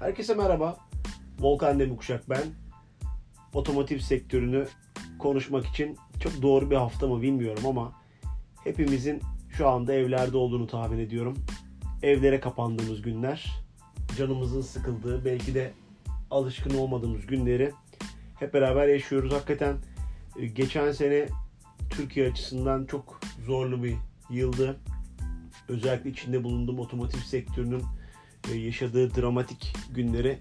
Herkese merhaba. Volkan Demirkuşak ben. Otomotiv sektörünü konuşmak için çok doğru bir hafta mı bilmiyorum ama hepimizin şu anda evlerde olduğunu tahmin ediyorum. Evlere kapandığımız günler, canımızın sıkıldığı, belki de alışkın olmadığımız günleri hep beraber yaşıyoruz. Hakikaten geçen sene Türkiye açısından çok zorlu bir yıldı. Özellikle içinde bulunduğum otomotiv sektörünün yaşadığı dramatik günleri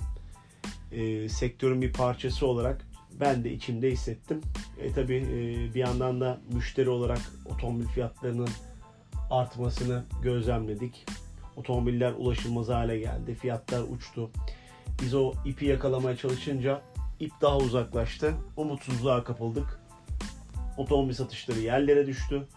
sektörün bir parçası olarak ben de içimde hissettim. Tabii bir yandan da müşteri olarak otomobil fiyatlarının artmasını gözlemledik. Otomobiller ulaşılmaz hale geldi. Fiyatlar uçtu. Biz o ipi yakalamaya çalışınca ip daha uzaklaştı. Umutsuzluğa kapıldık. Otomobil satışları yerlere düştü.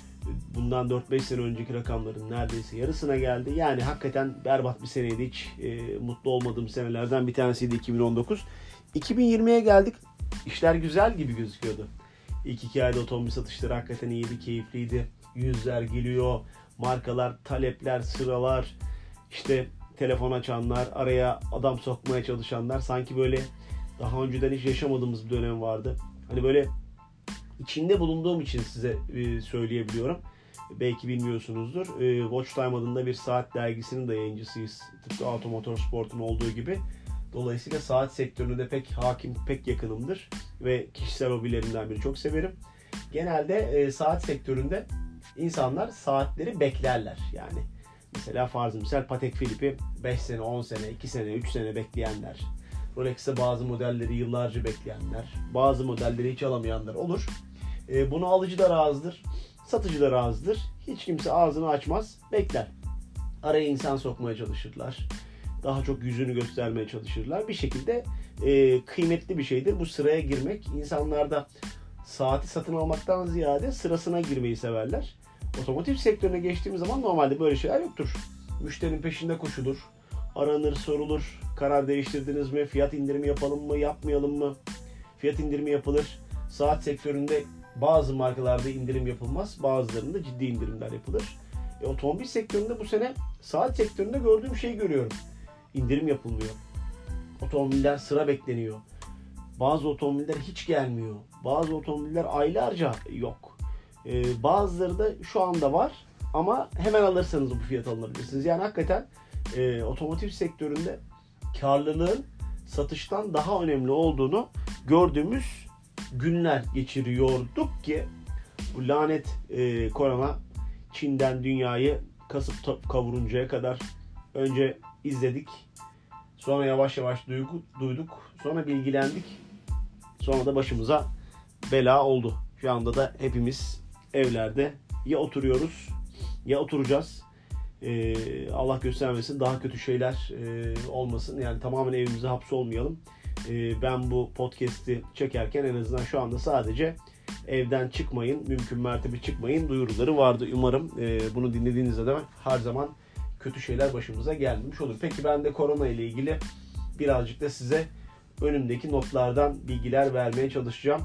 Bundan 4-5 sene önceki rakamların neredeyse yarısına geldi. Yani hakikaten berbat bir seneydi. Hiç mutlu olmadığım senelerden bir tanesiydi 2019. 2020'ye geldik. İşler güzel gibi gözüküyordu. İlk 2 ayda otomobil satışları hakikaten iyiydi, keyifliydi. Yüzler geliyor, markalar, talepler, sıralar, işte telefon açanlar, araya adam sokmaya çalışanlar. Sanki böyle daha önceden hiç yaşamadığımız bir dönem vardı. Hani böyle içinde bulunduğum için size söyleyebiliyorum. Belki bilmiyorsunuzdur. Watch Time adında bir saat dergisinin de yayıncısıyız. Tıpkı Automotorsport'un olduğu gibi. Dolayısıyla saat sektörüne de pek hakim, pek yakınımdır. Ve kişisel hobilerimden biri, çok severim. Genelde saat sektöründe insanlar saatleri beklerler. Yani mesela farz misal Patek Philippe'i 5 sene, 10 sene, 2 sene, 3 sene bekleyenler. Rolex'te bazı modelleri yıllarca bekleyenler. Bazı modelleri hiç alamayanlar olur. Buna alıcı da razıdır. Satıcı da razıdır. Hiç kimse ağzını açmaz, bekler. Araya insan sokmaya çalışırlar. Daha çok yüzünü göstermeye çalışırlar. Bir şekilde kıymetli bir şeydir bu sıraya girmek. İnsanlar da saati satın almaktan ziyade sırasına girmeyi severler. Otomotiv sektörüne geçtiğimiz zaman normalde böyle şeyler yoktur. Müşterinin peşinde koşulur. Aranır, sorulur. Karar değiştirdiniz mi? Fiyat indirimi yapalım mı? Yapmayalım mı? Fiyat indirimi yapılır. Saat sektöründe bazı markalarda indirim yapılmaz. Bazılarında ciddi indirimler yapılır. Otomobil sektöründe bu sene saat sektöründe gördüğüm şeyi görüyorum. İndirim yapılmıyor. Otomobiller sıra bekleniyor. Bazı otomobiller hiç gelmiyor. Bazı otomobiller aylarca yok. Bazıları da şu anda var ama hemen alırsanız bu fiyata alabilirsiniz. Yani hakikaten otomotiv sektöründe karlılığın satıştan daha önemli olduğunu gördüğümüz günler geçiriyorduk ki bu lanet korona Çin'den dünyayı kasıp kavuruncaya kadar önce izledik. Sonra yavaş yavaş duyduk. Sonra bilgilendik. Sonra da başımıza bela oldu. Şu anda da hepimiz evlerde ya oturuyoruz ya oturacağız. Allah göstermesin daha kötü şeyler olmasın. Yani tamamen evimize hapsolmayalım. Ben bu podcast'i çekerken en azından şu anda sadece evden çıkmayın, mümkün mertebe çıkmayın duyuruları vardı. Umarım bunu dinlediğinizde de her zaman kötü şeyler başımıza gelmemiş olur. Peki ben de korona ile ilgili birazcık da size önümdeki notlardan bilgiler vermeye çalışacağım.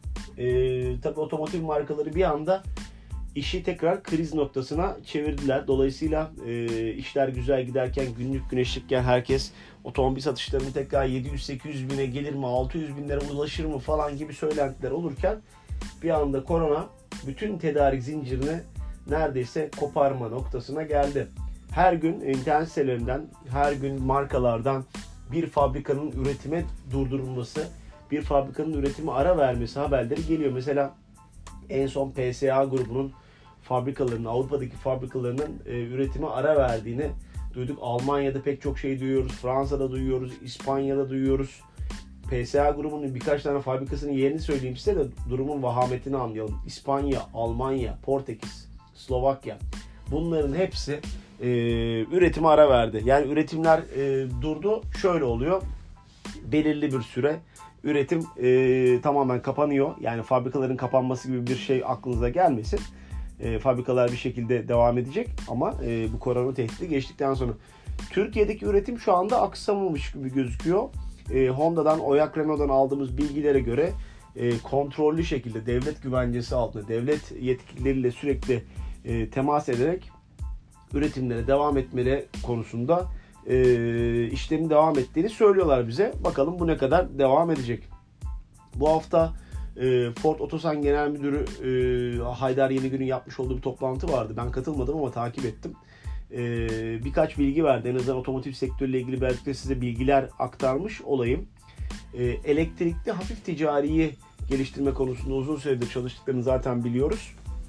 Tabii otomotiv markaları bir anda işi tekrar kriz noktasına çevirdiler. Dolayısıyla işler güzel giderken, günlük güneşlikken herkes otomobil satışlarının tekrar 700-800 bine gelir mi, 600 binlere ulaşır mı falan gibi söylentiler olurken bir anda korona bütün tedarik zincirini neredeyse koparma noktasına geldi. Her gün internet sitelerinden, her gün markalardan bir fabrikanın üretime durdurulması, bir fabrikanın üretime ara vermesi haberleri geliyor. Mesela en son PSA grubunun fabrikalarının, Avrupa'daki fabrikalarının üretime ara verdiğini duyduk. Almanya'da pek çok şey duyuyoruz. Fransa'da duyuyoruz. İspanya'da duyuyoruz. PSA grubunun birkaç tane fabrikasının yerini söyleyeyim size de durumun vahametini anlayalım. İspanya, Almanya, Portekiz, Slovakya. Bunların hepsi üretime ara verdi. Yani üretimler durdu. Şöyle oluyor. Belirli bir süre üretim tamamen kapanıyor. Yani fabrikaların kapanması gibi bir şey aklınıza gelmesin. Fabrikalar bir şekilde devam edecek ama bu korona tehdidi geçtikten sonra Türkiye'deki üretim şu anda aksamamış gibi gözüküyor. Honda'dan, Oyak Renault'dan aldığımız bilgilere göre kontrollü şekilde devlet güvencesi altında, devlet yetkilileriyle sürekli temas ederek üretimlere devam etmeleri konusunda işlerin devam ettiğini söylüyorlar bize. Bakalım bu ne kadar devam edecek. Bu hafta Ford Otosan Genel Müdürü Haydar Yenigün'ün yapmış olduğu bir toplantı vardı. Ben katılmadım ama takip ettim. Birkaç bilgi verdi. En azından otomotiv sektörüyle ilgili belki de size bilgiler aktarmış olayım. Elektrikli hafif ticariyi geliştirme konusunda uzun süredir çalıştıklarını zaten biliyoruz.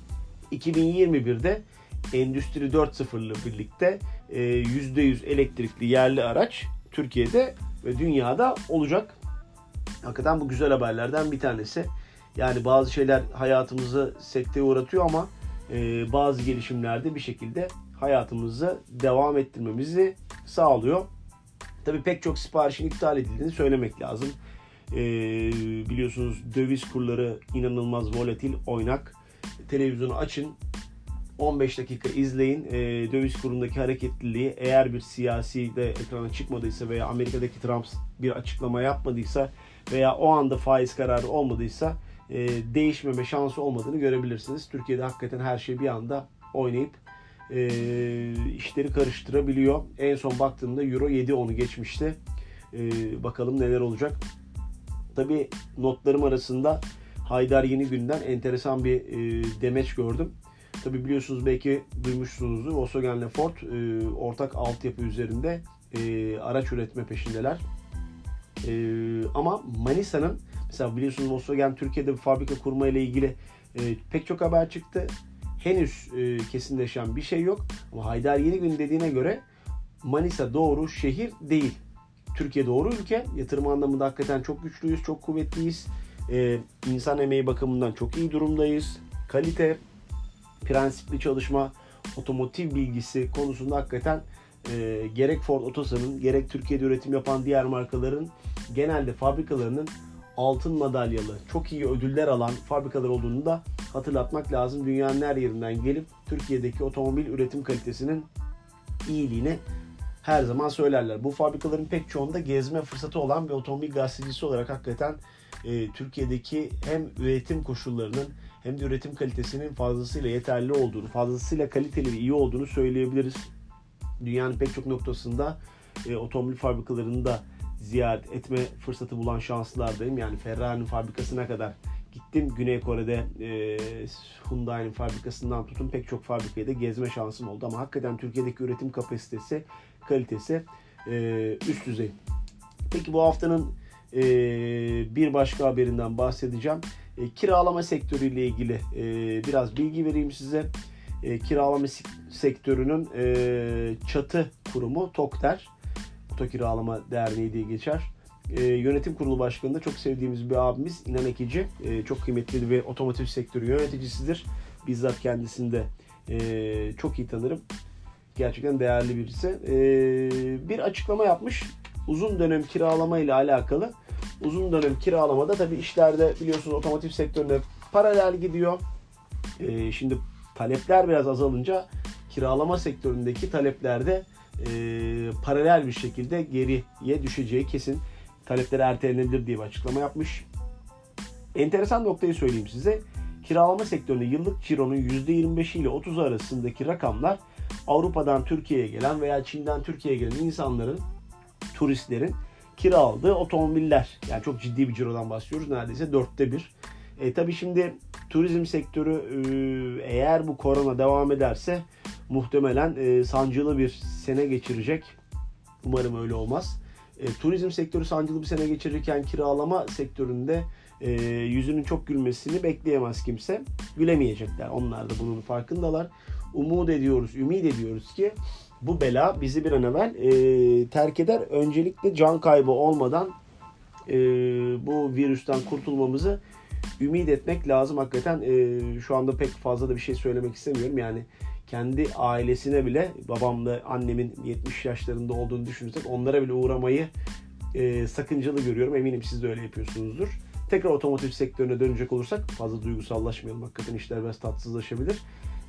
2021'de Endüstri 4.0'la birlikte %100 elektrikli yerli araç Türkiye'de ve dünyada olacak. Hakikaten bu güzel haberlerden bir tanesi. Yani bazı şeyler hayatımızı sekteye uğratıyor ama bazı gelişimlerde bir şekilde hayatımızı devam ettirmemizi sağlıyor. Tabii pek çok siparişin iptal edildiğini söylemek lazım. Biliyorsunuz döviz kurları inanılmaz volatil, oynak. Televizyonu açın, 15 dakika izleyin. Döviz kurundaki hareketliliği, eğer bir siyasi de ekrana çıkmadıysa veya Amerika'daki Trump bir açıklama yapmadıysa veya o anda faiz kararı olmadıysa değişmeme şansı olmadığını görebilirsiniz. Türkiye'de hakikaten her şey bir anda oynayıp işleri karıştırabiliyor. En son baktığımda Euro 7.10'u geçmişti. Bakalım neler olacak. Tabii notlarım arasında Haydar Yenigün'den enteresan bir demeç gördüm. Tabii biliyorsunuz, belki duymuşsunuzdur, Volkswagen ile Ford ortak altyapı üzerinde araç üretme peşindeler. Ama Manisa'nın, mesela biliyorsunuz Volkswagen Türkiye'de bir fabrika kurma ile ilgili pek çok haber çıktı. Henüz kesinleşen bir şey yok. Ama Haydar Yenigün dediğine göre Manisa doğru şehir değil. Türkiye doğru ülke. Yatırım anlamında hakikaten çok güçlüyüz, çok kuvvetliyiz. İnsan emeği bakımından çok iyi durumdayız. Kalite, prensipli çalışma, otomotiv bilgisi konusunda hakikaten gerek Ford Otosan'ın gerek Türkiye'de üretim yapan diğer markaların genelde fabrikalarının altın madalyalı, çok iyi ödüller alan fabrikalar olduğunu da hatırlatmak lazım. Dünyanın her yerinden gelip Türkiye'deki otomobil üretim kalitesinin iyiliğini her zaman söylerler. Bu fabrikaların pek çoğunda gezme fırsatı olan bir otomobil gazetecisi olarak hakikaten Türkiye'deki hem üretim koşullarının hem de üretim kalitesinin fazlasıyla yeterli olduğunu, fazlasıyla kaliteli ve iyi olduğunu söyleyebiliriz. Dünyanın pek çok noktasında otomobil fabrikalarını da ziyaret etme fırsatı bulan şanslılardayım. Yani Ferrari'nin fabrikasına kadar gittim. Güney Kore'de Hyundai'nin fabrikasından tutun pek çok fabrikayı da gezme şansım oldu. Ama hakikaten Türkiye'deki üretim kapasitesi, kalitesi üst düzey. Peki bu haftanın bir başka haberinden bahsedeceğim. Kiralama sektörüyle ilgili biraz bilgi vereyim size. Kiralama sektörünün çatı kurumu TOKDER, Oto Kiralama Derneği diye geçer. Yönetim kurulu başkanı da çok sevdiğimiz bir abimiz İnan Ekici. Çok kıymetli bir otomotiv sektörü yöneticisidir. Bizzat kendisini de çok iyi tanırım. Gerçekten değerli birisi. Bir açıklama yapmış. Uzun dönem kiralama ile alakalı. Uzun dönem kiralamada tabii işlerde biliyorsunuz otomotiv sektörüne paralel gidiyor. Şimdi talepler biraz azalınca kiralama sektöründeki talepler de paralel bir şekilde geriye düşeceği kesin. Talepleri ertelenebilir diye bir açıklama yapmış. Enteresan noktayı söyleyeyim size. Kiralama sektöründe yıllık cironun %25 ile 30 arasındaki rakamlar Avrupa'dan Türkiye'ye gelen veya Çin'den Türkiye'ye gelen insanların, turistlerin kiraladığı otomobiller. Yani çok ciddi bir cirodan bahsediyoruz. Neredeyse 1/4. Tabii şimdi turizm sektörü eğer bu korona devam ederse muhtemelen sancılı bir sene geçirecek. Umarım öyle olmaz. Turizm sektörü sancılı bir sene geçirirken kiralama sektöründe yüzünün çok gülmesini bekleyemez kimse. Gülemeyecekler. Onlar da bunun farkındalar. Ümit ediyoruz ki bu bela bizi bir an evvel terk eder. Öncelikle can kaybı olmadan bu virüsten kurtulmamızı ümit etmek lazım. Hakikaten şu anda pek fazla da bir şey söylemek istemiyorum. Yani kendi ailesine bile, babamla annemin 70 yaşlarında olduğunu düşünürsek onlara bile uğramayı sakıncalı görüyorum. Eminim siz de öyle yapıyorsunuzdur. Tekrar otomotiv sektörüne dönecek olursak, fazla duygusallaşmayalım. Hakikaten işler biraz tatsızlaşabilir.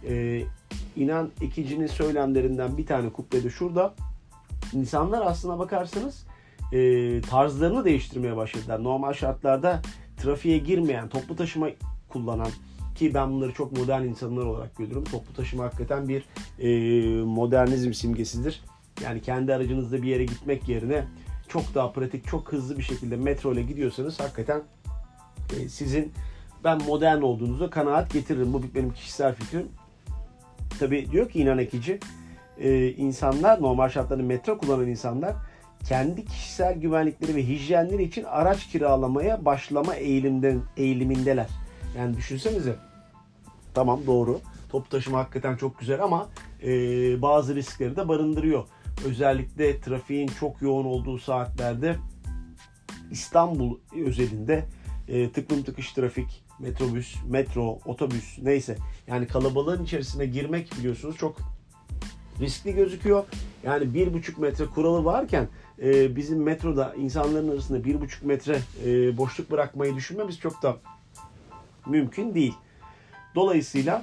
İnan Ekici'nin söylemlerinden bir tane kuplede şurada. İnsanlar aslına bakarsanız tarzlarını değiştirmeye başladılar. Normal şartlarda trafiğe girmeyen, toplu taşıma kullanan, ki ben bunları çok modern insanlar olarak görüyorum. Toplu taşıma hakikaten bir modernizm simgesidir. Yani kendi aracınızda bir yere gitmek yerine çok daha pratik, çok hızlı bir şekilde metro ile gidiyorsanız hakikaten sizin ben modern olduğunuza kanaat getiririm. Bu benim kişisel fikrim. Tabii diyor ki İnan Ekici, insanlar, normal şartlarda metro kullanan insanlar kendi kişisel güvenlikleri ve hijyenleri için araç kiralamaya başlama eğilimindeler. Yani düşünsenize, tamam doğru, toplu taşıma hakikaten çok güzel ama bazı riskleri de barındırıyor. Özellikle trafiğin çok yoğun olduğu saatlerde İstanbul özelinde tıklım tıkış trafik, metrobüs, metro, otobüs neyse. Yani kalabalığın içerisine girmek biliyorsunuz çok riskli gözüküyor. Yani 1,5 metre kuralı varken bizim metroda insanların arasında 1,5 metre boşluk bırakmayı düşünmemiz çok da mümkün değil. Dolayısıyla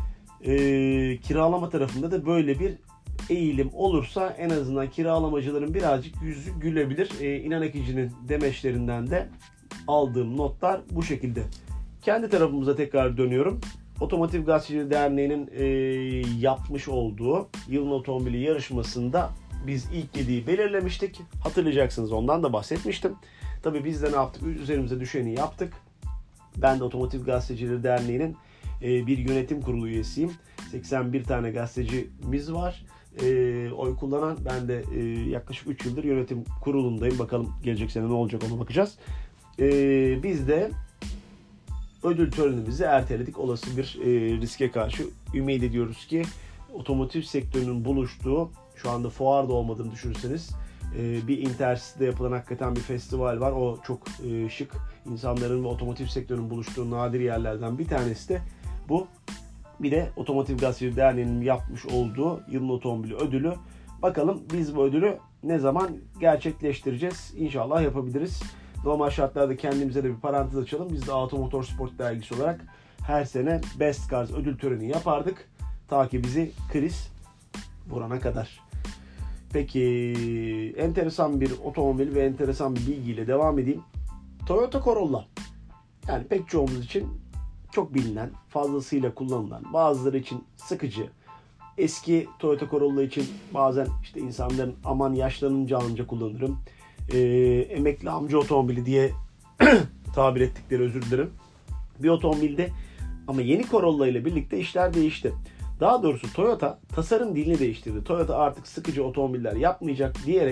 kiralama tarafında da böyle bir eğilim olursa en azından kiralamacıların birazcık yüzü gülebilir. İnan Ekici'nin demeçlerinden de aldığım notlar bu şekilde. Kendi tarafımıza tekrar dönüyorum. Otomotiv Gazetecileri Derneği'nin yapmış olduğu yılın otomobili yarışmasında biz ilk 7'yi belirlemiştik. Hatırlayacaksınız, ondan da bahsetmiştim. Tabii biz de ne yaptık? Üzerimize düşeni yaptık. Ben de Otomotiv Gazetecileri Derneği'nin bir yönetim kurulu üyesiyim. 81 tane gazetecimiz var. Oy kullanan, ben de yaklaşık 3 yıldır yönetim kurulundayım. Bakalım gelecek sene ne olacak, ona bakacağız. Biz de ödül törenimizi erteledik olası bir riske karşı. Ümit ediyoruz ki otomotiv sektörünün buluştuğu, şu anda fuarda olmadığını düşünürseniz, bir Intercity'de yapılan hakikaten bir festival var. O çok şık, insanların ve otomotiv sektörünün buluştuğu nadir yerlerden bir tanesi de bu. Bir de Otomotiv Gazetecileri Derneği'nin yapmış olduğu yılın otomobili ödülü. Bakalım biz bu ödülü ne zaman gerçekleştireceğiz? İnşallah yapabiliriz. Normal şartlarda kendimize de bir parantez açalım. Biz de Auto Motorsport dergisi olarak her sene Best Cars ödül töreni yapardık. Ta ki bizi kriz vurana kadar. Peki, enteresan bir otomobil ve enteresan bir bilgiyle devam edeyim. Toyota Corolla. Yani pek çoğumuz için çok bilinen, fazlasıyla kullanılan, bazıları için sıkıcı. Eski Toyota Corolla için bazen işte insanların aman yaşlanınca anca kullanırım, emekli amca otomobili diye tabir ettikleri, özür dilerim, bir otomobilde. Ama yeni Corolla ile birlikte işler değişti. Daha doğrusu Toyota tasarım dilini değiştirdi. Toyota artık sıkıcı otomobiller yapmayacak diyerek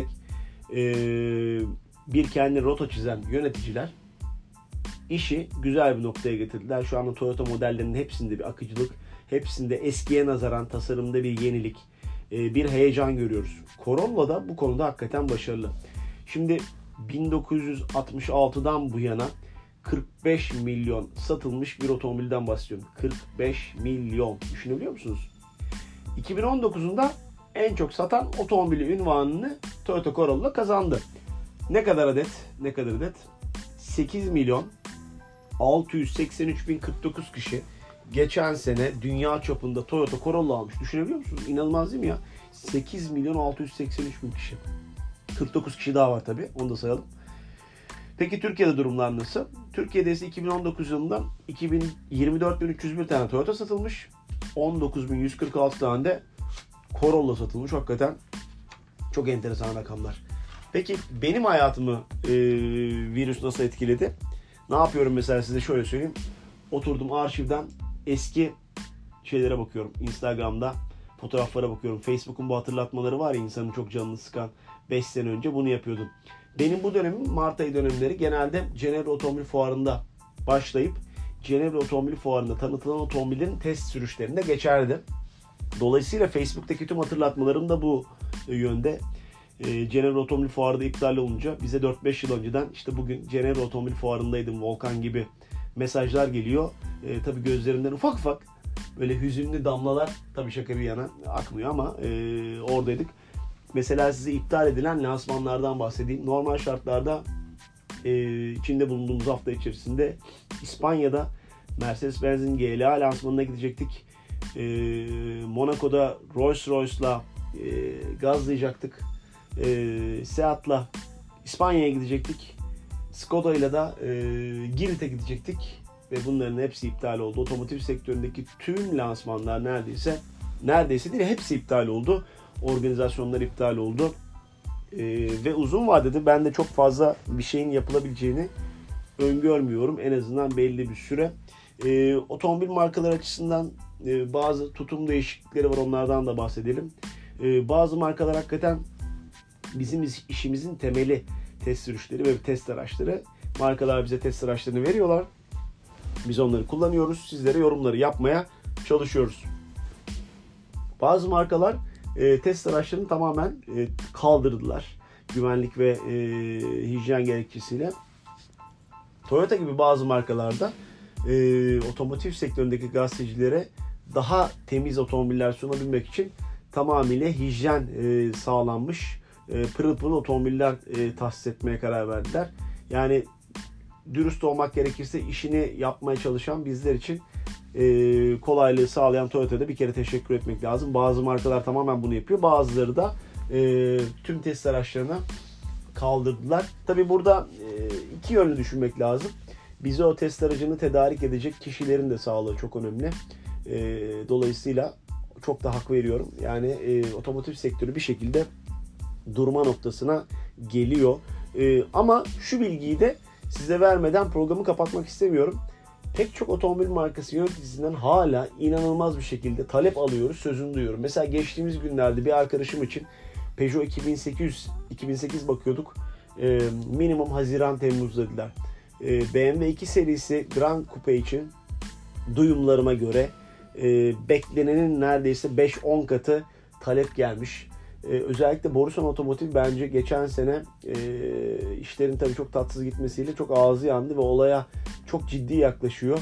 bir kendi rota çizen yöneticiler işi güzel bir noktaya getirdiler. Şu anda Toyota modellerinin hepsinde bir akıcılık, hepsinde eskiye nazaran tasarımda bir yenilik, bir heyecan görüyoruz. Corolla da bu konuda hakikaten başarılı. Şimdi 1966'dan bu yana 45 milyon satılmış bir otomobilden bahsediyorum. 45 milyon. Düşünebiliyor musunuz? 2019'unda en çok satan otomobili unvanını Toyota Corolla kazandı. Ne kadar adet? 8 milyon 683.049 kişi geçen sene dünya çapında Toyota Corolla almış. Düşünebiliyor musunuz? İnanılmaz değil mi ya? 8 milyon 683.000 kişi. 49 kişi daha var tabii. Onu da sayalım. Peki Türkiye'de durumlar nasıl? Türkiye'de ise 2019 yılında 24.301 tane Toyota satılmış. 19.146 tane de Corolla satılmış. Hakikaten çok enteresan rakamlar. Peki benim hayatımı virüs nasıl etkiledi? Ne yapıyorum mesela, size şöyle söyleyeyim. Oturdum arşivden eski şeylere bakıyorum. Instagram'da fotoğraflara bakıyorum. Facebook'un bu hatırlatmaları var ya, insanın çok canını sıkan. 5 sene önce bunu yapıyordum. Benim bu dönemim Mart ayı dönemleri genelde Cenevre Otomobil Fuarı'nda başlayıp Cenevre Otomobil Fuarı'nda tanıtılan otomobillerin test sürüşlerinde geçerdi. Dolayısıyla Facebook'taki tüm hatırlatmalarım da bu yönde. Cenevre Otomobil Fuarı'da iptal olunca bize 4-5 yıl önceden işte bugün Cenevre Otomobil Fuarı'ndaydım Volkan gibi mesajlar geliyor. Tabii gözlerimden ufak ufak böyle hüzünlü damlalar, tabii şaka bir yana, akmıyor ama oradaydık. Mesela size iptal edilen lansmanlardan bahsedeyim. Normal şartlarda içinde bulunduğumuz hafta içerisinde İspanya'da Mercedes-Benz'in GLA lansmanına gidecektik. Monaco'da Rolls-Royce'la gazlayacaktık. Seat'la İspanya'ya gidecektik. Skoda'yla da Girit'e gidecektik. Ve bunların hepsi iptal oldu. Otomotiv sektöründeki tüm lansmanlar neredeyse değil, hepsi iptal oldu. organizasyonlar iptal oldu. Ve uzun vadede ben de çok fazla bir şeyin yapılabileceğini öngörmüyorum. En azından belli bir süre. Otomobil markaları açısından bazı tutum değişiklikleri var. Onlardan da bahsedelim. Bazı markalar hakikaten bizim işimizin temeli test sürüşleri ve test araçları. Markalar bize test araçlarını veriyorlar. Biz onları kullanıyoruz. Sizlere yorumları yapmaya çalışıyoruz. Bazı markalar test araçlarını tamamen kaldırdılar. Güvenlik ve hijyen gerekçesiyle. Toyota gibi bazı markalarda otomotiv sektöründeki gazetecilere daha temiz otomobiller sunabilmek için tamamıyla hijyen sağlanmış pırıl pırıl otomobiller tahsis etmeye karar verdiler. Yani dürüst olmak gerekirse işini yapmaya çalışan bizler için kolaylığı sağlayan Toyota'da bir kere teşekkür etmek lazım. Bazı markalar tamamen bunu yapıyor. Bazıları da tüm test araçlarını kaldırdılar. Tabi burada iki yönlü düşünmek lazım. Bize o test aracını tedarik edecek kişilerin de sağlığı çok önemli. Dolayısıyla çok da hak veriyorum. Yani otomotiv sektörü bir şekilde durma noktasına geliyor. Ama şu bilgiyi de size vermeden programı kapatmak istemiyorum. Pek çok otomobil markası yöneticisinden hala inanılmaz bir şekilde talep alıyoruz, sözünü duyuyorum. Mesela geçtiğimiz günlerde bir arkadaşım için Peugeot 2008 bakıyorduk. Minimum Haziran-Temmuz dediler. BMW 2 serisi Grand Coupe için duyumlarıma göre beklenenin neredeyse 5-10 katı talep gelmiş. Özellikle Borusan Otomotiv bence geçen sene işlerin tabii çok tatsız gitmesiyle çok ağzı yandı ve olaya çok ciddi yaklaşıyor.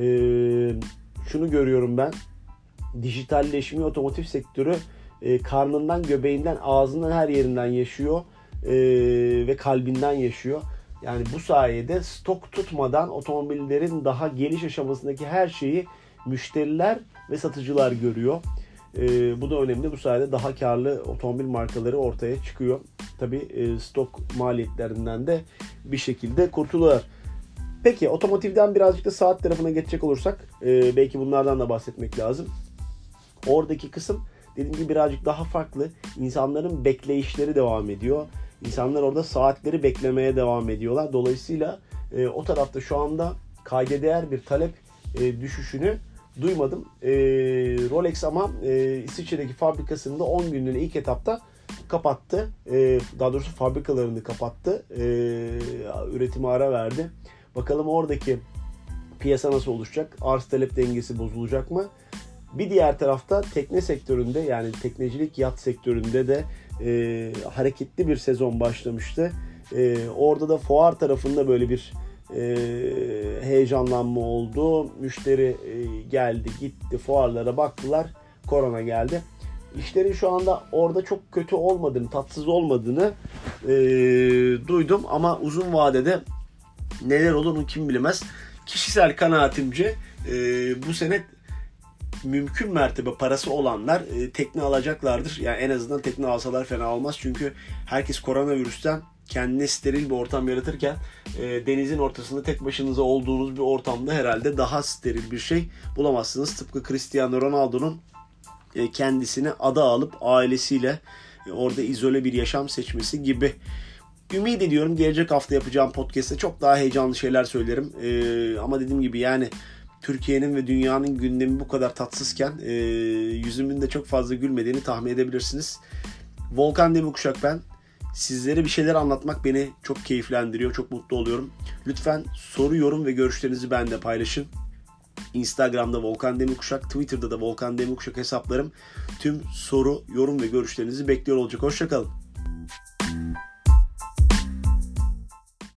Şunu görüyorum ben. Dijitalleşmeyi otomotiv sektörü karnından, göbeğinden, ağzından her yerinden yaşıyor ve kalbinden yaşıyor. Yani bu sayede stok tutmadan otomobillerin daha geliş aşamasındaki her şeyi müşteriler ve satıcılar görüyor. Bu da önemli. Bu sayede daha karlı otomobil markaları ortaya çıkıyor. Tabii stok maliyetlerinden de bir şekilde kurtuluyorlar. Peki otomotivden birazcık da saat tarafına geçecek olursak belki bunlardan da bahsetmek lazım. Oradaki kısım dediğim gibi birazcık daha farklı. İnsanların bekleyişleri devam ediyor. İnsanlar orada saatleri beklemeye devam ediyorlar. Dolayısıyla o tarafta şu anda kayda değer bir talep düşüşünü duymadım. Rolex ama İsviçre'deki fabrikasını da 10 günlüğüne ilk etapta kapattı. Daha doğrusu fabrikalarını kapattı. Üretime ara verdi. Bakalım oradaki piyasa nasıl oluşacak? Arz talep dengesi bozulacak mı? Bir diğer tarafta tekne sektöründe yani teknecilik yat sektöründe de hareketli bir sezon başlamıştı. Orada da fuar tarafında böyle bir heyecanlanma oldu. Müşteri geldi gitti fuarlara baktılar. Korona geldi. İşlerin şu anda orada çok kötü olmadığını, tatsız olmadığını duydum. Ama uzun vadede neler olur kim bilemez. Kişisel kanaatimce bu sene mümkün mertebe parası olanlar tekne alacaklardır. Yani en azından tekne alsalar fena olmaz. Çünkü herkes koronavirüsten kendine steril bir ortam yaratırken denizin ortasında tek başınıza olduğunuz bir ortamda herhalde daha steril bir şey bulamazsınız. Tıpkı Cristiano Ronaldo'nun kendisine ada alıp ailesiyle orada izole bir yaşam seçmesi gibi. Ümit ediyorum gelecek hafta yapacağım podcast'te çok daha heyecanlı şeyler söylerim. Ama dediğim gibi yani Türkiye'nin ve dünyanın gündemi bu kadar tatsızken yüzümün de çok fazla gülmediğini tahmin edebilirsiniz. Volkan Demirkuşak ben. Sizlere bir şeyler anlatmak beni çok keyiflendiriyor, çok mutlu oluyorum. Lütfen soru, yorum ve görüşlerinizi benimle paylaşın. Instagram'da Volkan Demirkuşak, Twitter'da da Volkan Demirkuşak hesaplarım. Tüm soru, yorum ve görüşlerinizi bekliyor olacak. Hoşça kalın.